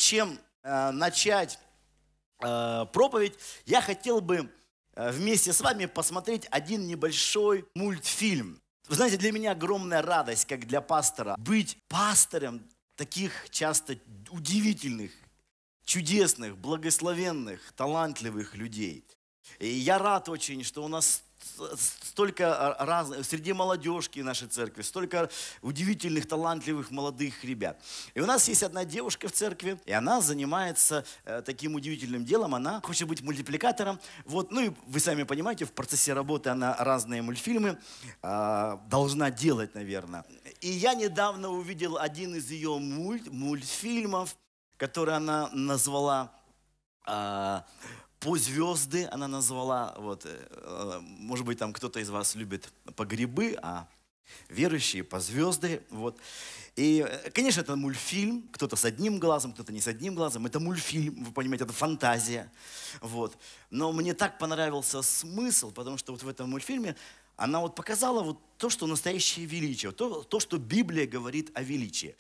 чем начать проповедь, я хотел бы вместе с вами посмотреть один небольшой мультфильм. Вы знаете, для меня огромная радость, как для пастора, быть пастором таких часто удивительных, чудесных, благословенных, талантливых людей. И я рад очень, что у нас столько разных, среди молодежки нашей церкви, столько удивительных, талантливых молодых ребят. И у нас есть одна девушка в церкви, и она занимается таким удивительным делом, она хочет быть мультипликатором. Вот, ну и вы сами понимаете, в процессе работы она разные мультфильмы должна делать, наверное. И я недавно увидел один из ее мультфильмов, который она назвала «По звезды», она назвала, вот, может быть, там кто-то из вас любит по грибы, а верующие по звезды, вот. И, конечно, это мультфильм, кто-то с одним глазом, кто-то не с одним глазом, это мультфильм, вы понимаете, это фантазия, вот. Но мне так понравился смысл, потому что вот в этом мультфильме она вот показала вот то, что настоящее величие, то, что Библия говорит о величии.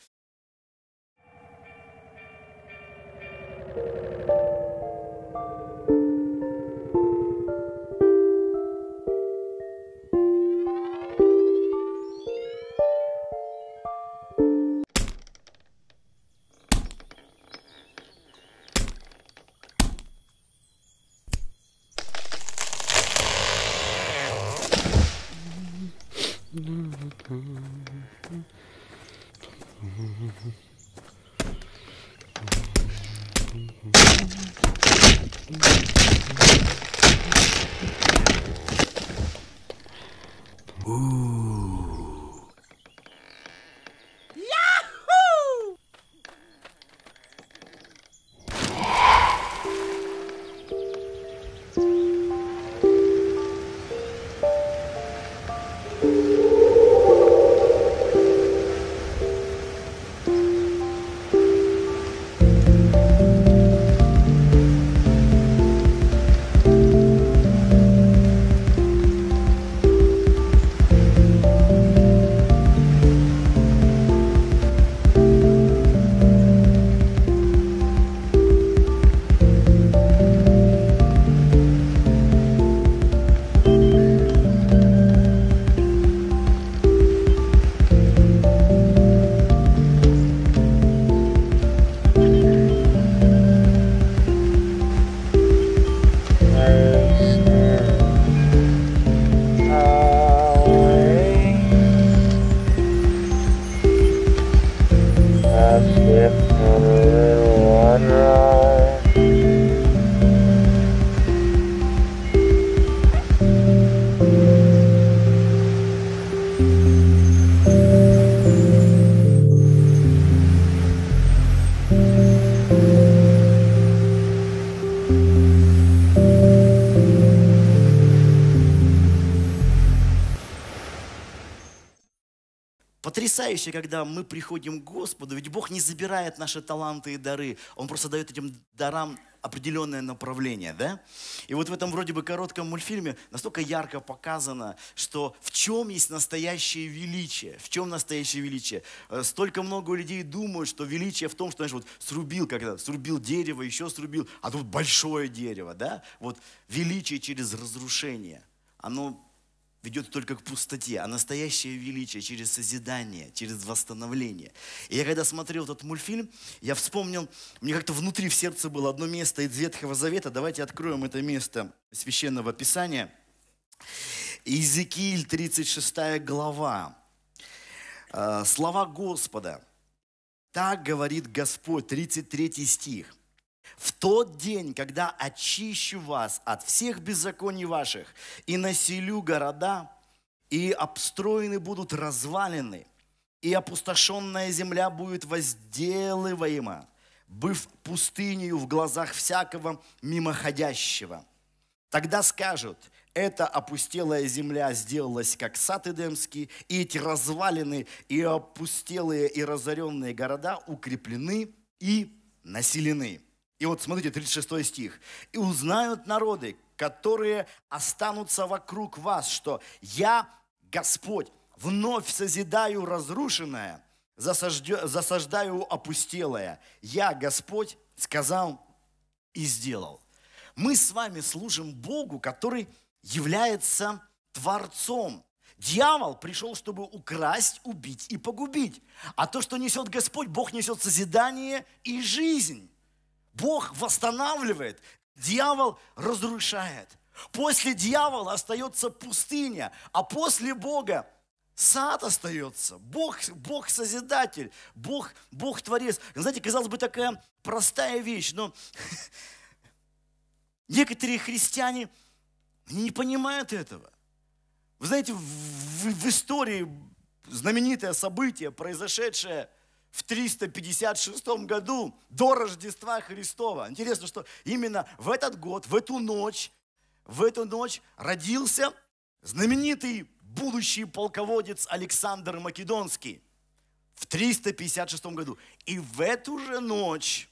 Потрясающе, когда мы приходим к Господу, ведь Бог не забирает наши таланты и дары, Он просто дает этим дарам определенное направление, да? И вот в этом вроде бы коротком мультфильме настолько ярко показано, что в чем есть настоящее величие, в чем настоящее величие. Столько много людей думают, что величие в том, что, знаешь, вот срубил дерево, еще срубил, а тут большое дерево, да? Вот величие через разрушение, оно ведет только к пустоте, а настоящее величие через созидание, через восстановление. И я когда смотрел этот мультфильм, я вспомнил, мне как-то внутри в сердце было одно место из Ветхого Завета. Давайте откроем это место Священного Писания. Иезекииль, 36 глава. Слова Господа. Так говорит Господь, 33 стих. «В тот день, когда очищу вас от всех беззаконий ваших и населю города, и обстроены будут развалины, и опустошенная земля будет возделываема, быв пустынею в глазах всякого мимоходящего. Тогда скажут, эта опустелая земля сделалась, как сад Эдемский, и эти развалины, и опустелые, и разоренные города укреплены и населены». И вот смотрите, 36 стих. «И узнают народы, которые останутся вокруг вас, что я, Господь, вновь созидаю разрушенное засаждаю опустелое. Я, Господь, сказал и сделал. Мы с вами служим Богу, который является Творцом. Дьявол пришел, чтобы украсть, убить и погубить. А то, что несет Господь, Бог несет созидание и жизнь. Бог восстанавливает, дьявол разрушает. После дьявола остается пустыня, а после Бога сад остается. Бог созидатель, Бог творец. Знаете, казалось бы, такая простая вещь, но некоторые христиане не понимают этого. Вы знаете, в истории знаменитое событие, произошедшее в 356 году, до Рождества Христова. Интересно, что именно в этот год, в эту ночь родился знаменитый будущий полководец Александр Македонский в 356 году. И в эту же ночь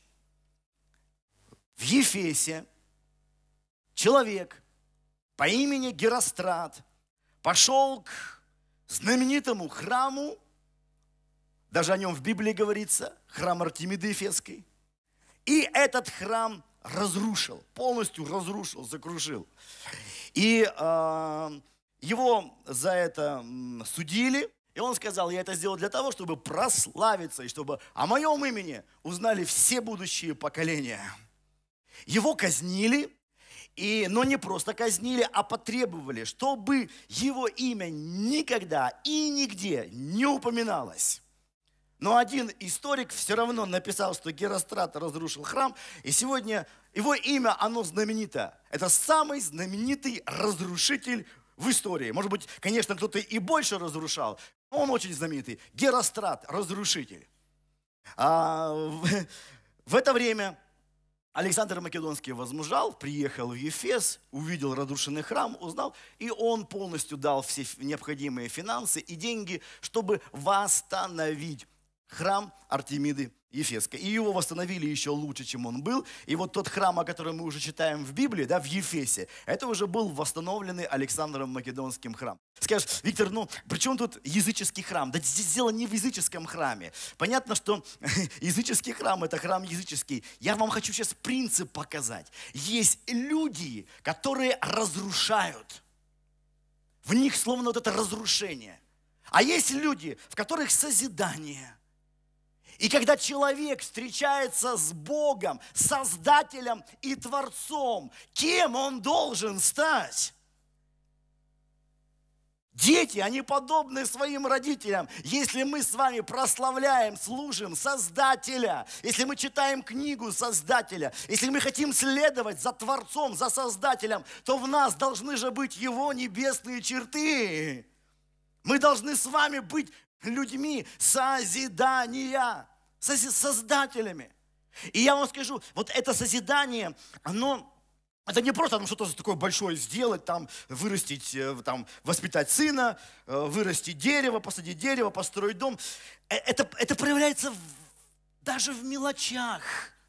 в Ефесе человек по имени Герострат пошел к знаменитому храму, даже о нем в Библии говорится, храм Артемиды Ефесской. И этот храм разрушил, полностью разрушил, закрушил. И его за это судили. И он сказал, я это сделал для того, чтобы прославиться, и чтобы о моем имени узнали все будущие поколения. Его казнили, но не просто казнили, а потребовали, чтобы его имя никогда и нигде не упоминалось. Но один историк все равно написал, что Герострат разрушил храм, и сегодня его имя, оно знаменито. Это самый знаменитый разрушитель в истории. Может быть, конечно, кто-то и больше разрушал, но он очень знаменитый. Герострат, разрушитель. В это время Александр Македонский возмужал, приехал в Ефес, увидел разрушенный храм, узнал, и он полностью дал все необходимые финансы и деньги, чтобы восстановить храм Артемиды Ефесской. И его восстановили еще лучше, чем он был. И вот тот храм, о котором мы уже читаем в Библии, да, в Ефесе, это уже был восстановленный Александром Македонским храм. Скажешь, Виктор, при чем тут языческий храм? Да здесь дело не в языческом храме. Понятно, что языческий храм – это храм языческий. Я вам хочу сейчас принцип показать. Есть люди, которые разрушают. В них словно вот это разрушение. А есть люди, в которых созидание. И когда человек встречается с Богом, Создателем и Творцом, кем он должен стать? Дети, они подобны своим родителям. Если мы с вами прославляем, служим Создателя, если мы читаем книгу Создателя, если мы хотим следовать за Творцом, за Создателем, то в нас должны же быть Его небесные черты. Мы должны с вами быть людьми созидания, создателями. И я вам скажу, вот это созидание, это не просто что-то такое большое сделать, вырастить, воспитать сына, вырастить дерево, посадить дерево, построить дом. Это проявляется даже в мелочах.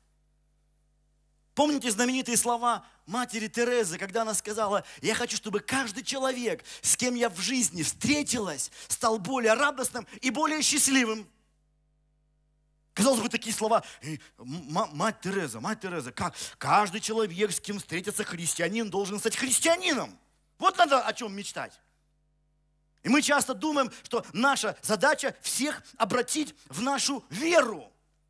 Помните знаменитые слова матери Терезы, когда она сказала, я хочу, чтобы каждый человек, с кем я в жизни встретилась, стал более радостным и более счастливым. Казалось бы, такие слова, мать Тереза, как каждый человек, с кем встретится христианин, должен стать христианином. Вот надо о чем мечтать. И мы часто думаем, что наша задача всех обратить в нашу веру.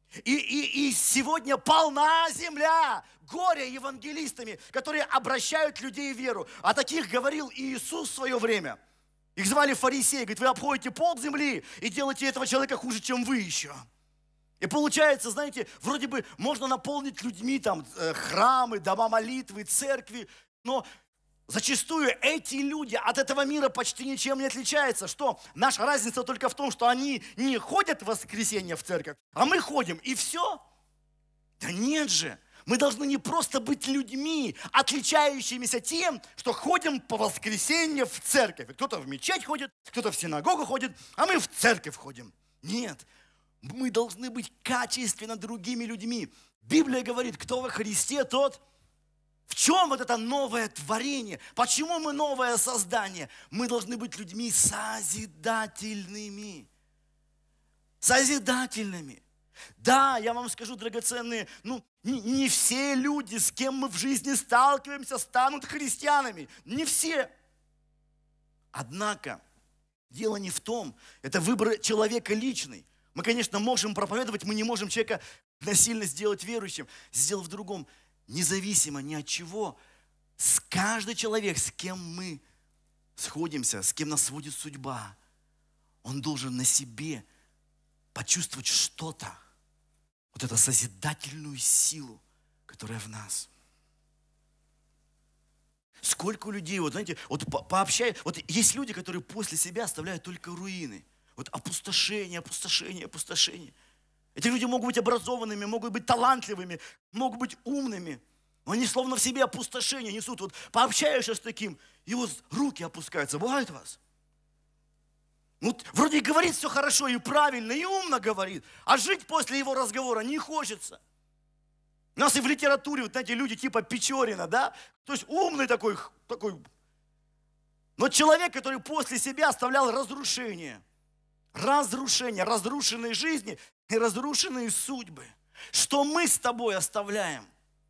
И сегодня полна земля горя евангелистами, которые обращают людей в веру. О таких говорил и Иисус в свое время. Их звали фарисеи. Говорит, вы обходите пол земли и делаете этого человека хуже, чем вы еще. И получается, знаете, вроде бы можно наполнить людьми храмы, дома молитвы, церкви, но зачастую эти люди от этого мира почти ничем не отличаются. Что? Наша разница только в том, что они не ходят в воскресенье в церковь, а мы ходим, и все. Да нет же. Мы должны не просто быть людьми, отличающимися тем, что ходим по воскресенье в церковь. Кто-то в мечеть ходит, кто-то в синагогу ходит, а мы в церковь ходим. Нет. Мы должны быть качественно другими людьми. Библия говорит, кто во Христе, тот... В чем вот это новое творение? Почему мы новое создание? Мы должны быть людьми созидательными. Созидательными. Да, я вам скажу, драгоценные, не все люди, с кем мы в жизни сталкиваемся, станут христианами. Не все. Однако, дело не в том, это выбор человека личный. Мы, конечно, можем проповедовать, мы не можем человека насильно сделать верующим. Сделать в другом, независимо ни от чего, каждый человек, с кем мы сходимся, с кем нас сводит судьба, он должен на себе почувствовать что-то, вот эту созидательную силу, которая в нас. Сколько людей, вот знаете, вот пообщаясь, вот есть люди, которые после себя оставляют только руины. Вот опустошение, опустошение, опустошение. Эти люди могут быть образованными, могут быть талантливыми, могут быть умными. Но они словно в себе опустошение несут. Вот пообщаешься с таким, и вот руки опускаются. Бывает у вас? Вот вроде и говорит все хорошо, и правильно, и умно говорит, а жить после его разговора не хочется. У нас и в литературе, вот знаете, люди типа Печорина, да? То есть умный такой. Но человек, который после себя оставлял разрушение, разрушенные жизни и разрушенные судьбы. Что мы с тобой оставляем?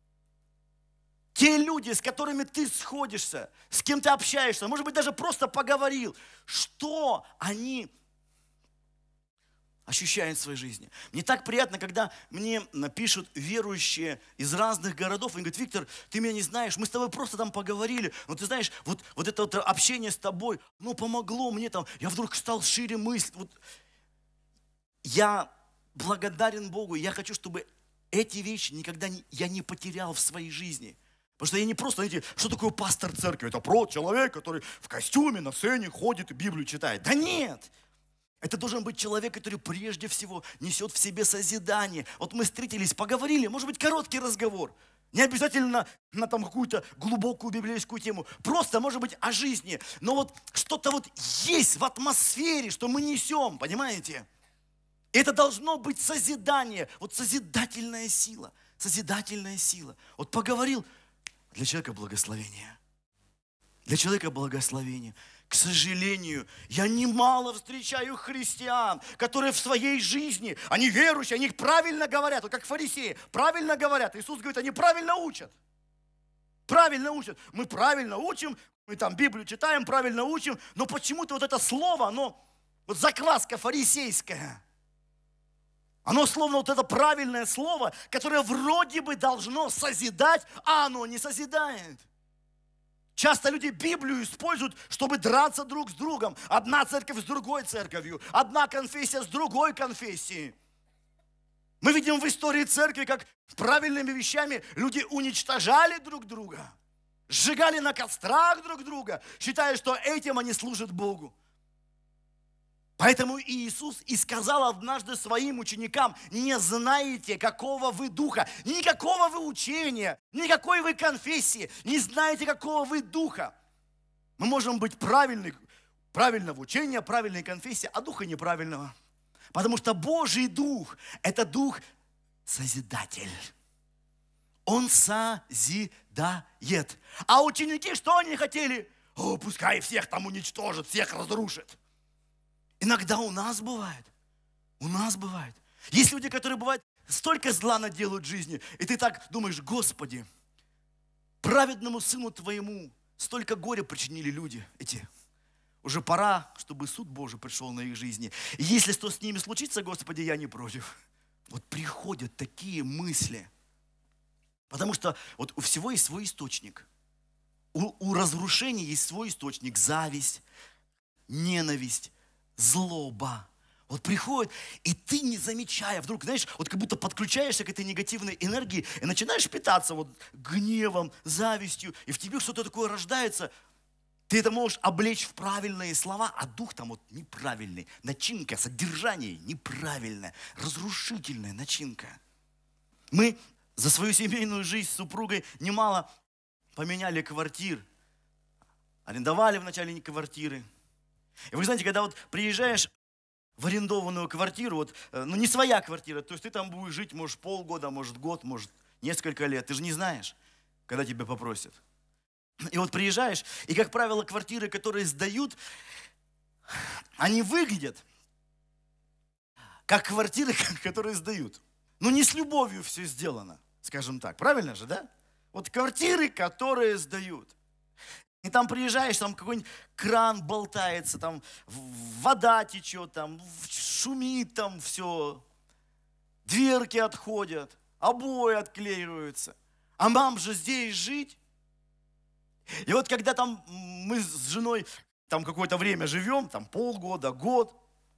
Те люди, с которыми ты сходишься, с кем ты общаешься, может быть, даже просто поговорил, что они ощущают в своей жизни. Мне так приятно, когда мне пишут верующие из разных городов, и говорят: Виктор, ты меня не знаешь, мы с тобой просто там поговорили, но ты знаешь, вот это вот общение с тобой, помогло мне там, я вдруг стал шире мыслить. Вот. Я благодарен Богу, я хочу, чтобы эти вещи никогда я не потерял в своей жизни. Потому что я не просто, знаете, что такое пастор церкви? Это человек, который в костюме на сцене ходит и Библию читает. Да нет! Это должен быть человек, который прежде всего несет в себе созидание. Вот мы встретились, поговорили, может быть, короткий разговор. Не обязательно на там какую-то глубокую библейскую тему. Просто, может быть, о жизни. Но вот что-то вот есть в атмосфере, что мы несем, понимаете? И это должно быть созидание. Вот созидательная сила. Созидательная сила. Вот поговорил, для человека благословение. Для человека благословение. К сожалению, я немало встречаю христиан, которые в своей жизни, они верующие, они правильно говорят, вот как фарисеи, правильно говорят. Иисус говорит, они правильно учат. Правильно учат. Мы правильно учим, мы там Библию читаем, правильно учим, но почему-то вот это слово, вот закваска фарисейская, оно словно вот это правильное слово, которое вроде бы должно созидать, а оно не созидает. Часто люди Библию используют, чтобы драться друг с другом. Одна церковь с другой церковью, одна конфессия с другой конфессией. Мы видим в истории церкви, как правильными вещами люди уничтожали друг друга, сжигали на кострах друг друга, считая, что этим они служат Богу. Поэтому Иисус и сказал однажды своим ученикам: не знаете, какого вы духа, никакого вы учения, никакой вы конфессии, не знаете, какого вы духа. Мы можем быть правильного учения, правильной конфессии, а духа неправильного. Потому что Божий Дух – это Дух Созидатель. Он созидает. А ученики что они хотели? Пускай всех там уничтожит, всех разрушит. Иногда у нас бывает. Есть люди, которые, бывает, столько зла наделают в жизни, и ты так думаешь: Господи, праведному сыну твоему столько горя причинили люди эти. Уже пора, чтобы суд Божий пришел на их жизни. И если что с ними случится, Господи, я не против. Вот приходят такие мысли. Потому что вот у всего есть свой источник. У разрушения есть свой источник. Зависть, ненависть, злоба. Вот приходит, и ты, не замечая, вдруг, знаешь, вот как будто подключаешься к этой негативной энергии и начинаешь питаться вот гневом, завистью, и в тебе что-то такое рождается. Ты это можешь облечь в правильные слова, а дух там вот неправильный. Начинка, содержание неправильное, разрушительная начинка. Мы за свою семейную жизнь с супругой немало поменяли квартир. Арендовали вначале квартиры. И вы знаете, когда вот приезжаешь в арендованную квартиру, вот, не своя квартира, то есть ты там будешь жить, может, полгода, может, год, может, несколько лет. Ты же не знаешь, когда тебя попросят. И вот приезжаешь, и, как правило, квартиры, которые сдают, они выглядят как квартиры, которые сдают. Но не с любовью все сделано, скажем так. Правильно же, да? Вот квартиры, которые сдают. И там приезжаешь, там какой-нибудь кран болтается, там вода течет, там шумит, там все. Дверки отходят, обои отклеиваются. А нам же здесь жить. И вот когда там мы с женой там какое-то время живем, там полгода, год,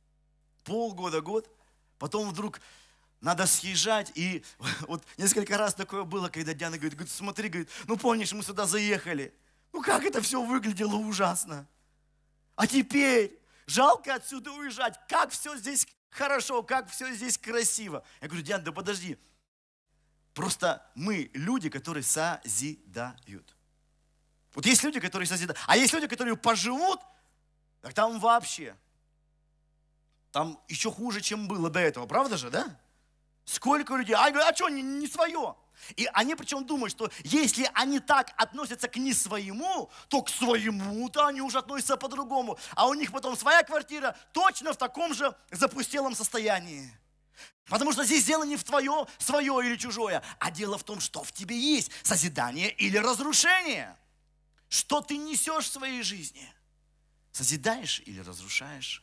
потом вдруг надо съезжать, и вот несколько раз такое было, когда Диана говорит, смотри, говорит, ну помнишь, мы сюда заехали, ну как это все выглядело ужасно. А теперь жалко отсюда уезжать, как все здесь хорошо, как все здесь красиво. Я говорю, Диана, да подожди, просто мы люди, которые созидают. Вот есть люди, которые созидают, а есть люди, которые поживут, так там вообще, там еще хуже, чем было до этого, правда же, да? Сколько людей, а что, не свое? И они причем думают, что если они так относятся к не своему, то к своему-то они уже относятся по-другому. А у них потом своя квартира точно в таком же запустелом состоянии. Потому что здесь дело не в твое, свое или чужое, а дело в том, что в тебе есть созидание или разрушение. Что ты несешь в своей жизни? Созидаешь или разрушаешь?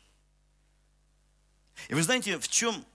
И вы знаете, в чем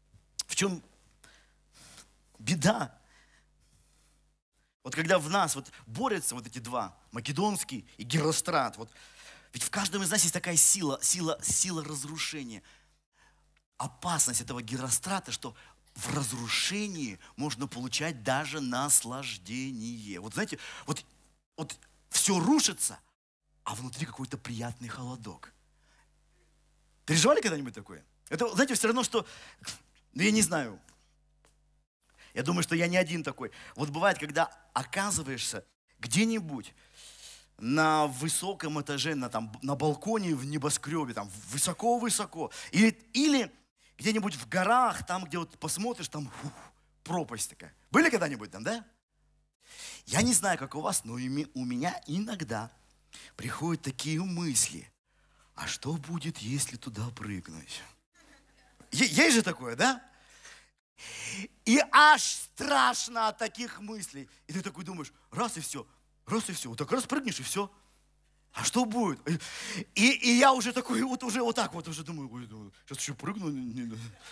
беда? Вот когда в нас вот борются вот эти два, Македонский и Герострат, вот, ведь в каждом из нас есть такая сила разрушения. Опасность этого Герострата, что в разрушении можно получать даже наслаждение. Вот знаете, вот все рушится, а внутри какой-то приятный холодок. Переживали когда-нибудь такое? Это, знаете, все равно, что, ну я не знаю, я думаю, что я не один такой. Вот бывает, когда оказываешься где-нибудь на высоком этаже, на балконе в небоскребе, там высоко-высоко, или где-нибудь в горах, там, где вот посмотришь, там пропасть такая. Были когда-нибудь там, да? Я не знаю, как у вас, но у меня иногда приходят такие мысли. А что будет, если туда прыгнуть? Есть же такое, да? И аж страшно от таких мыслей. И ты такой думаешь, раз и все. Вот так раз прыгнешь и все. А что будет? И я уже такой, уже думаю, сейчас еще прыгну.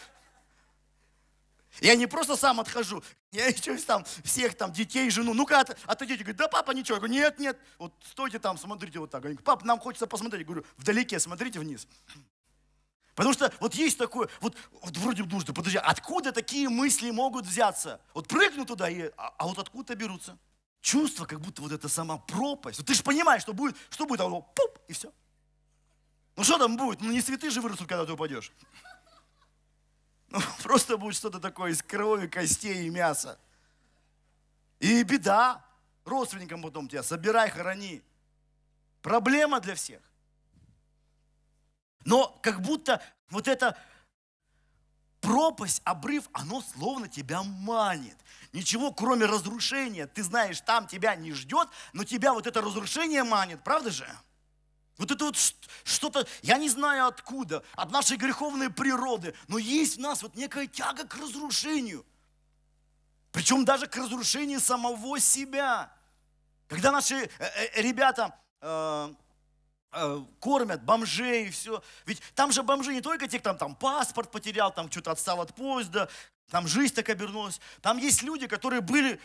Я не просто сам отхожу, я еще там всех там детей, жену. Ну-ка, отойдите. Говорит, да папа ничего. Я говорю, нет. Вот стойте там, смотрите вот так. Они говорят, папа, нам хочется посмотреть. Я говорю, вдалеке смотрите вниз. Потому что вот есть такое, вот вроде нужно, подожди, откуда такие мысли могут взяться? Вот прыгну туда, а вот откуда берутся? Чувство, как будто вот это сама пропасть. Вот ты же понимаешь, что будет, а вот пуп, и все. Ну что там будет? Ну не цветы же вырастут, когда ты упадешь. Ну, просто будет что-то такое из крови, костей и мяса. И беда. Родственникам потом тебя собирай, хорони. Проблема для всех. Но как будто вот эта пропасть, обрыв, оно словно тебя манит. Ничего, кроме разрушения. Ты знаешь, там тебя не ждет, но тебя вот это разрушение манит. Правда же? Вот это вот что-то, я не знаю откуда, от нашей греховной природы, но есть в нас вот некая тяга к разрушению. Причем даже к разрушению самого себя. Когда наши ребята кормят бомжей и все. Ведь там же бомжи не только те, кто там паспорт потерял, там что-то отстал от поезда, там жизнь так обернулась. Там есть люди, которые были...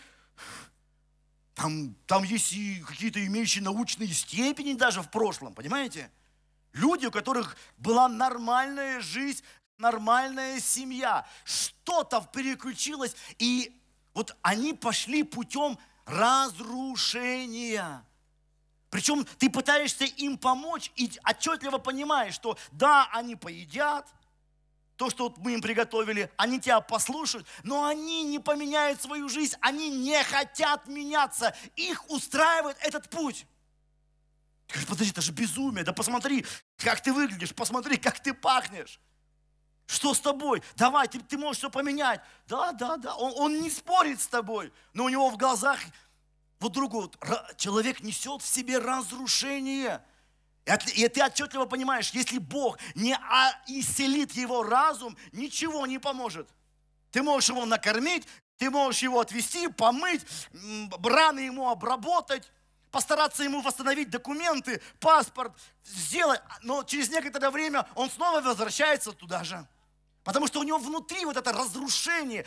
Там есть и какие-то имеющие научные степени даже в прошлом, понимаете? Люди, у которых была нормальная жизнь, нормальная семья. Что-то переключилось, и вот они пошли путем разрушения. Причем ты пытаешься им помочь и отчетливо понимаешь, что да, они поедят, то, что вот мы им приготовили, они тебя послушают, но они не поменяют свою жизнь, они не хотят меняться. Их устраивает этот путь. Ты говоришь, подожди, это же безумие, да посмотри, как ты выглядишь, посмотри, как ты пахнешь. Что с тобой? Давай, ты можешь все поменять. Да, он не спорит с тобой, но у него в глазах вот другой, человек несет в себе разрушение. И ты отчетливо понимаешь, если Бог не исцелит его разум, ничего не поможет. Ты можешь его накормить, ты можешь его отвезти, помыть, раны ему обработать, постараться ему восстановить документы, паспорт, сделать. Но через некоторое время он снова возвращается туда же. Потому что у него внутри вот это разрушение.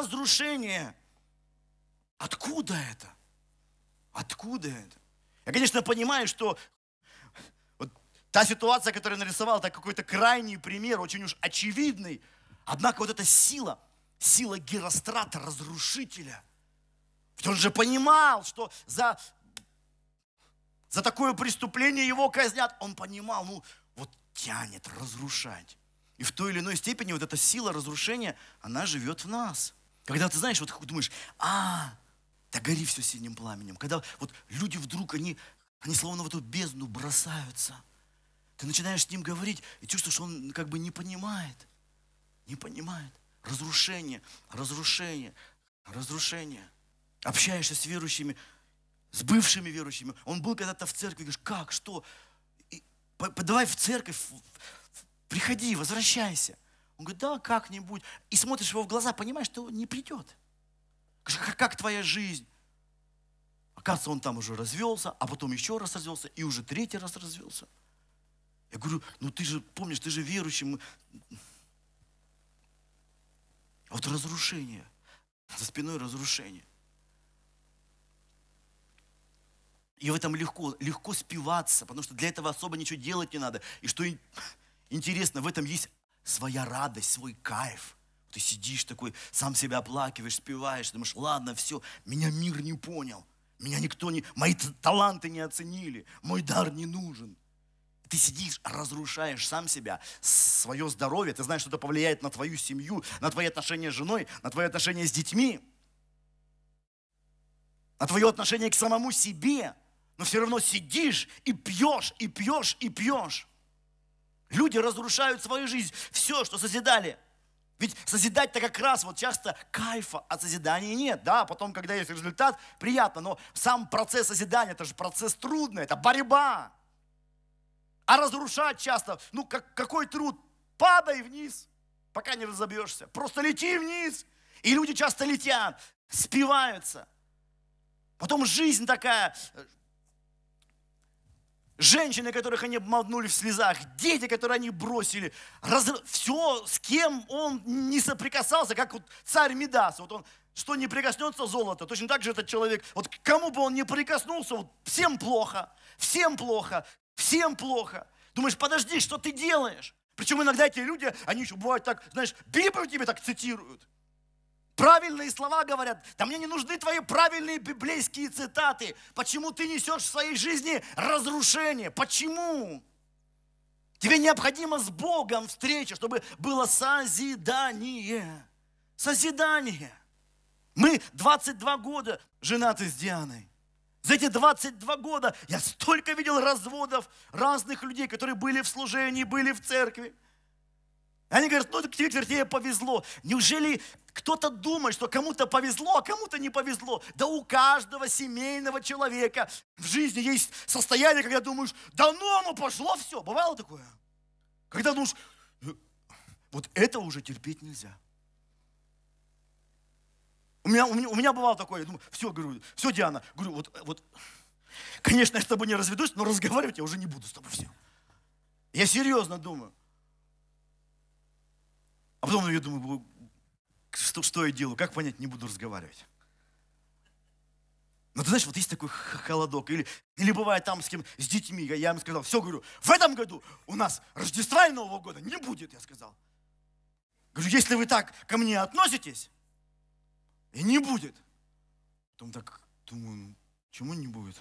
Откуда это? Откуда это? Я, конечно, понимаю, что вот та ситуация, которую я нарисовал, это какой-то крайний пример, очень уж очевидный. Однако вот эта сила Герострата, разрушителя. Ведь он же понимал, что за такое преступление его казнят. Он понимал, вот тянет разрушать. И в той или иной степени вот эта сила разрушения, она живет в нас. Когда ты знаешь, вот думаешь, да гори все синим пламенем. Когда вот люди вдруг, они словно в эту бездну бросаются. Ты начинаешь с ним говорить и чувствуешь, что он как бы не понимает. Не понимает. Разрушение. Общаешься с верующими, с бывшими верующими. Он был когда-то в церкви, говоришь, как, что? Давай в церковь, приходи, возвращайся. Он говорит, да, как-нибудь. И смотришь его в глаза, понимаешь, что он не придет. Как твоя жизнь? Оказывается, он там уже развелся, а потом еще раз развелся, и уже 3-й раз развелся. Я говорю, ты же помнишь, ты же верующий. А вот разрушение, за спиной разрушение. И в этом легко спиваться, потому что для этого особо ничего делать не надо. И что интересно, в этом есть своя радость, свой кайф. Ты сидишь такой, сам себя оплакиваешь, спеваешь, думаешь, ладно, все, меня мир не понял, мои таланты не оценили, мой дар не нужен. Ты сидишь, разрушаешь сам себя, свое здоровье, ты знаешь, что это повлияет на твою семью, на твои отношения с женой, на твои отношения с детьми, на твое отношение к самому себе, но все равно сидишь и пьешь. Люди разрушают свою жизнь, все, что созидали. Ведь созидать-то как раз вот часто кайфа от созидания нет, да, потом, когда есть результат, приятно, но сам процесс созидания, это же процесс трудный, это борьба. А разрушать часто, какой труд? Падай вниз, пока не разобьешься, просто лети вниз. И люди часто летят, спиваются. Потом жизнь такая, женщины, которых они обманули в слезах, дети, которые они бросили, все, с кем он не соприкасался, как вот царь Мидас. Вот он, что не прикоснется золото, точно так же этот человек, вот к кому бы он не прикоснулся, вот всем плохо. Думаешь, подожди, что ты делаешь? Причем иногда эти люди, они еще бывают так, знаешь, Библию тебе так цитируют. Правильные слова говорят. Да мне не нужны твои правильные библейские цитаты. Почему ты несешь в своей жизни разрушение? Почему? Тебе необходимо с Богом встреча, чтобы было созидание. Мы 22 года женаты с Дианой. За эти 22 года я столько видел разводов разных людей, которые были в служении, были в церкви. Они говорят, тебе повезло. Неужели кто-то думает, что кому-то повезло, а кому-то не повезло? Да у каждого семейного человека в жизни есть состояние, когда думаешь, да оно пошло все. Бывало такое? Когда думаешь, вот это уже терпеть нельзя. У меня бывало такое, я думаю, все, Диана, говорю, вот, конечно, я с тобой не разведусь, но разговаривать я уже не буду с тобой, все. Я серьезно думаю. А потом я думаю, что я делаю, как понять, не буду разговаривать. Но ты знаешь, вот есть такой холодок, или бывает там с детьми, я им сказал, все, говорю, в этом году у нас Рождества и Нового года не будет, я сказал. Говорю, если вы так ко мне относитесь, и не будет. Потом так думаю, чему не будет?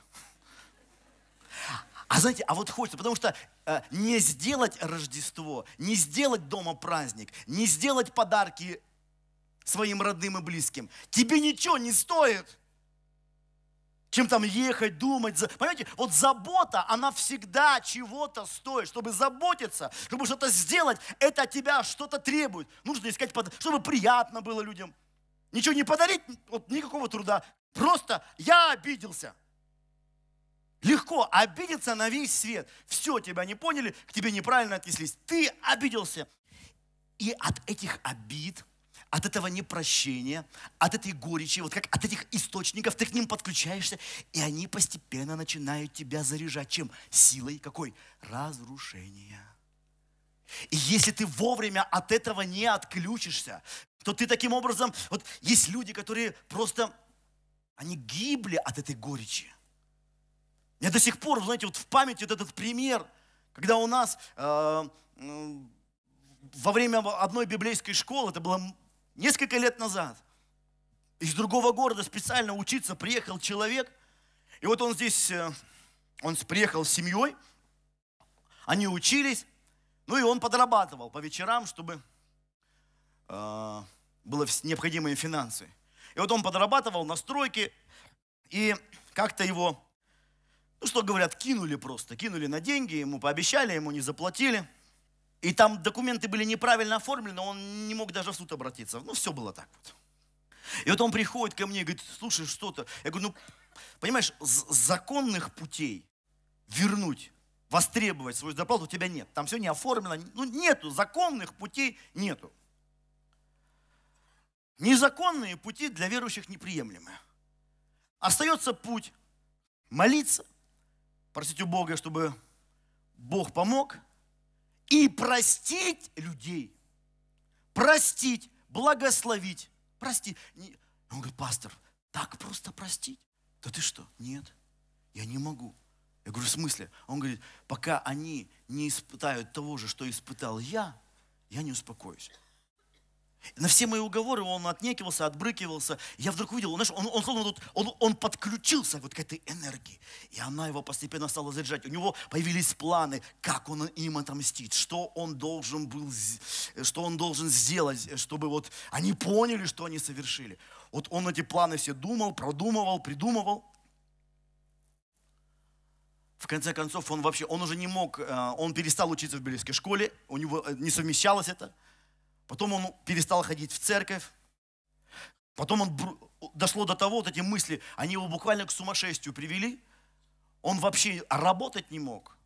А знаете, вот хочется, потому что не сделать Рождество, не сделать дома праздник, не сделать подарки своим родным и близким, тебе ничего не стоит. Чем там ехать, думать. Понимаете, вот забота, она всегда чего-то стоит. Чтобы заботиться, чтобы что-то сделать, это от тебя что-то требует. Нужно искать, чтобы приятно было людям. Ничего не подарить, вот никакого труда. Просто я обиделся. Легко обидеться на весь свет. Все, тебя не поняли, к тебе неправильно отнеслись. Ты обиделся. И от этих обид, от этого непрощения, от этой горечи, вот как от этих источников, ты к ним подключаешься, и они постепенно начинают тебя заряжать. Чем? Силой какой? Разрушения. И если ты вовремя от этого не отключишься, то ты таким образом, вот есть люди, которые просто, они гибли от этой горечи. Я до сих пор, знаете, вот в памяти вот этот пример, когда у нас во время одной библейской школы, это было несколько лет назад, из другого города специально учиться приехал человек, и вот он здесь, он приехал с семьей, они учились, ну и он подрабатывал по вечерам, чтобы было необходимые финансы. И вот он подрабатывал на стройке, и как-то его, ну что говорят, кинули на деньги, ему пообещали, ему не заплатили. И там документы были неправильно оформлены, он не мог даже в суд обратиться. Ну все было так вот. И вот он приходит ко мне и говорит, слушай, что-то. Я говорю, ну понимаешь, законных путей вернуть, востребовать свою зарплату у тебя нет. Там все не оформлено, ну нету, законных путей нету. Незаконные пути для верующих неприемлемы. Остается путь молиться, просить у Бога, чтобы Бог помог, и простить людей. Простить, благословить. Простить. Он говорит, пастор, так просто простить? Да ты что? Нет, я не могу. Я говорю, в смысле? Он говорит, пока они не испытают того же, что испытал я не успокоюсь. На все мои уговоры он отнекивался, отбрыкивался. Я вдруг увидел, он подключился вот к этой энергии. И она его постепенно стала заряжать. У него появились планы, как он им отомстит, что он должен сделать, чтобы вот они поняли, что они совершили. Вот он эти планы все думал, продумывал, придумывал. В конце концов, он уже не мог, он перестал учиться в библейской школе, у него не совмещалось это. Потом он перестал ходить в церковь. Потом дошло до того, вот эти мысли, они его буквально к сумасшествию привели. Он вообще работать не мог.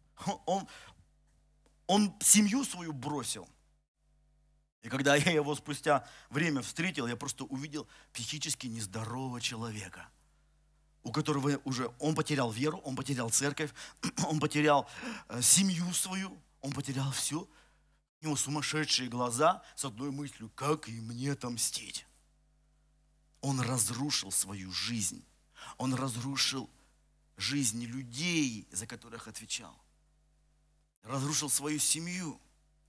Он семью свою бросил. И когда я его спустя время встретил, я просто увидел психически нездорового человека, у которого уже он потерял веру, он потерял церковь, он потерял семью свою, он потерял все. У него сумасшедшие глаза с одной мыслью, как и мне отомстить. Он разрушил свою жизнь. Он разрушил жизни людей, за которых отвечал. Разрушил свою семью.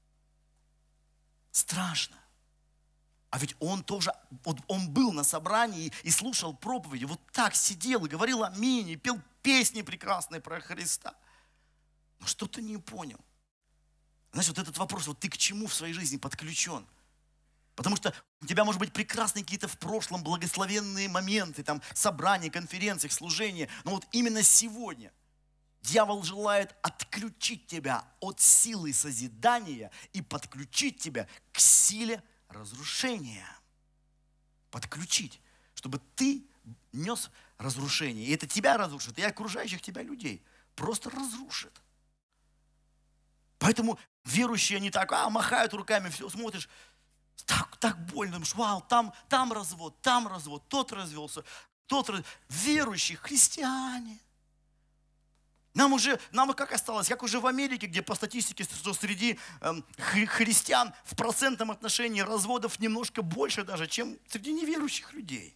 Страшно. А ведь он тоже, вот он был на собрании и слушал проповеди, вот так сидел и говорил аминь, и пел песни прекрасные про Христа. Но что-то не понял. Знаешь, вот этот вопрос, вот ты к чему в своей жизни подключен? Потому что у тебя, может быть, прекрасные какие-то в прошлом благословенные моменты, там, собрания, конференции, служения. Но вот именно сегодня дьявол желает отключить тебя от силы созидания и подключить тебя к силе разрушения. Подключить, чтобы ты нес разрушение. И это тебя разрушит, и окружающих тебя людей просто разрушит. Поэтому верующие, они так, махают руками, все, смотришь, так больно, думаешь, вау, там развод, тот развелся, верующие, христиане. Нам как осталось, как уже в Америке, где по статистике, что среди христиан в процентном отношении разводов немножко больше даже, чем среди неверующих людей.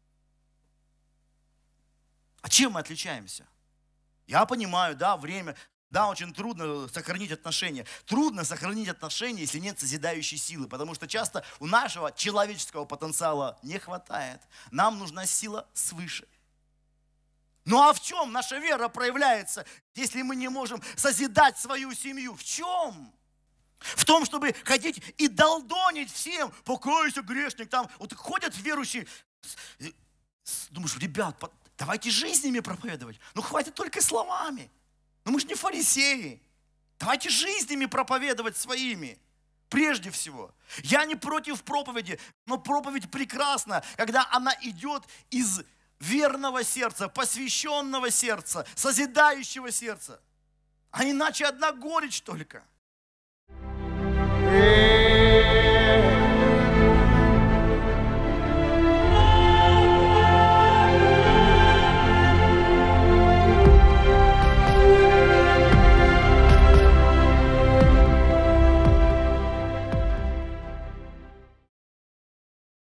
А чем мы отличаемся? Я понимаю, да, время. Да, очень трудно сохранить отношения. Трудно сохранить отношения, если нет созидающей силы, потому что часто у нашего человеческого потенциала не хватает. Нам нужна сила свыше. Ну а в чем наша вера проявляется, если мы не можем созидать свою семью? В чем? В том, чтобы ходить и долдонить всем, покойся, грешник, там, вот ходят верующие. Думаешь, ребят, давайте жизнями проповедовать. Ну хватит только словами. Но мы же не фарисеи. Давайте жизнями проповедовать своими. Прежде всего. Я не против проповеди, но проповедь прекрасна, когда она идет из верного сердца, посвященного сердца, созидающего сердца. А иначе одна горечь только.